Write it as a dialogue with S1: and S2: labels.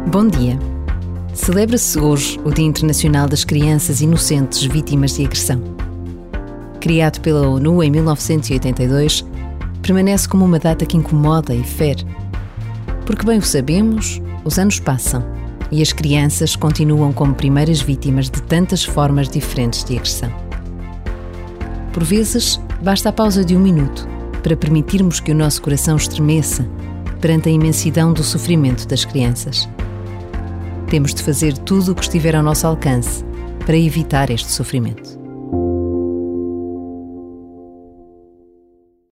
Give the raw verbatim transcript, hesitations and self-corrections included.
S1: Bom dia. Celebra-se hoje o Dia Internacional das Crianças Inocentes Vítimas de Agressão. Criado pela ONU em mil novecentos e oitenta e dois, permanece como uma data que incomoda e fere. Porque bem o sabemos, os anos passam e as crianças continuam como primeiras vítimas de tantas formas diferentes de agressão. Por vezes, basta a pausa de um minuto para permitirmos que o nosso coração estremeça perante a imensidão do sofrimento das crianças. Temos de fazer tudo o que estiver ao nosso alcance para evitar este sofrimento.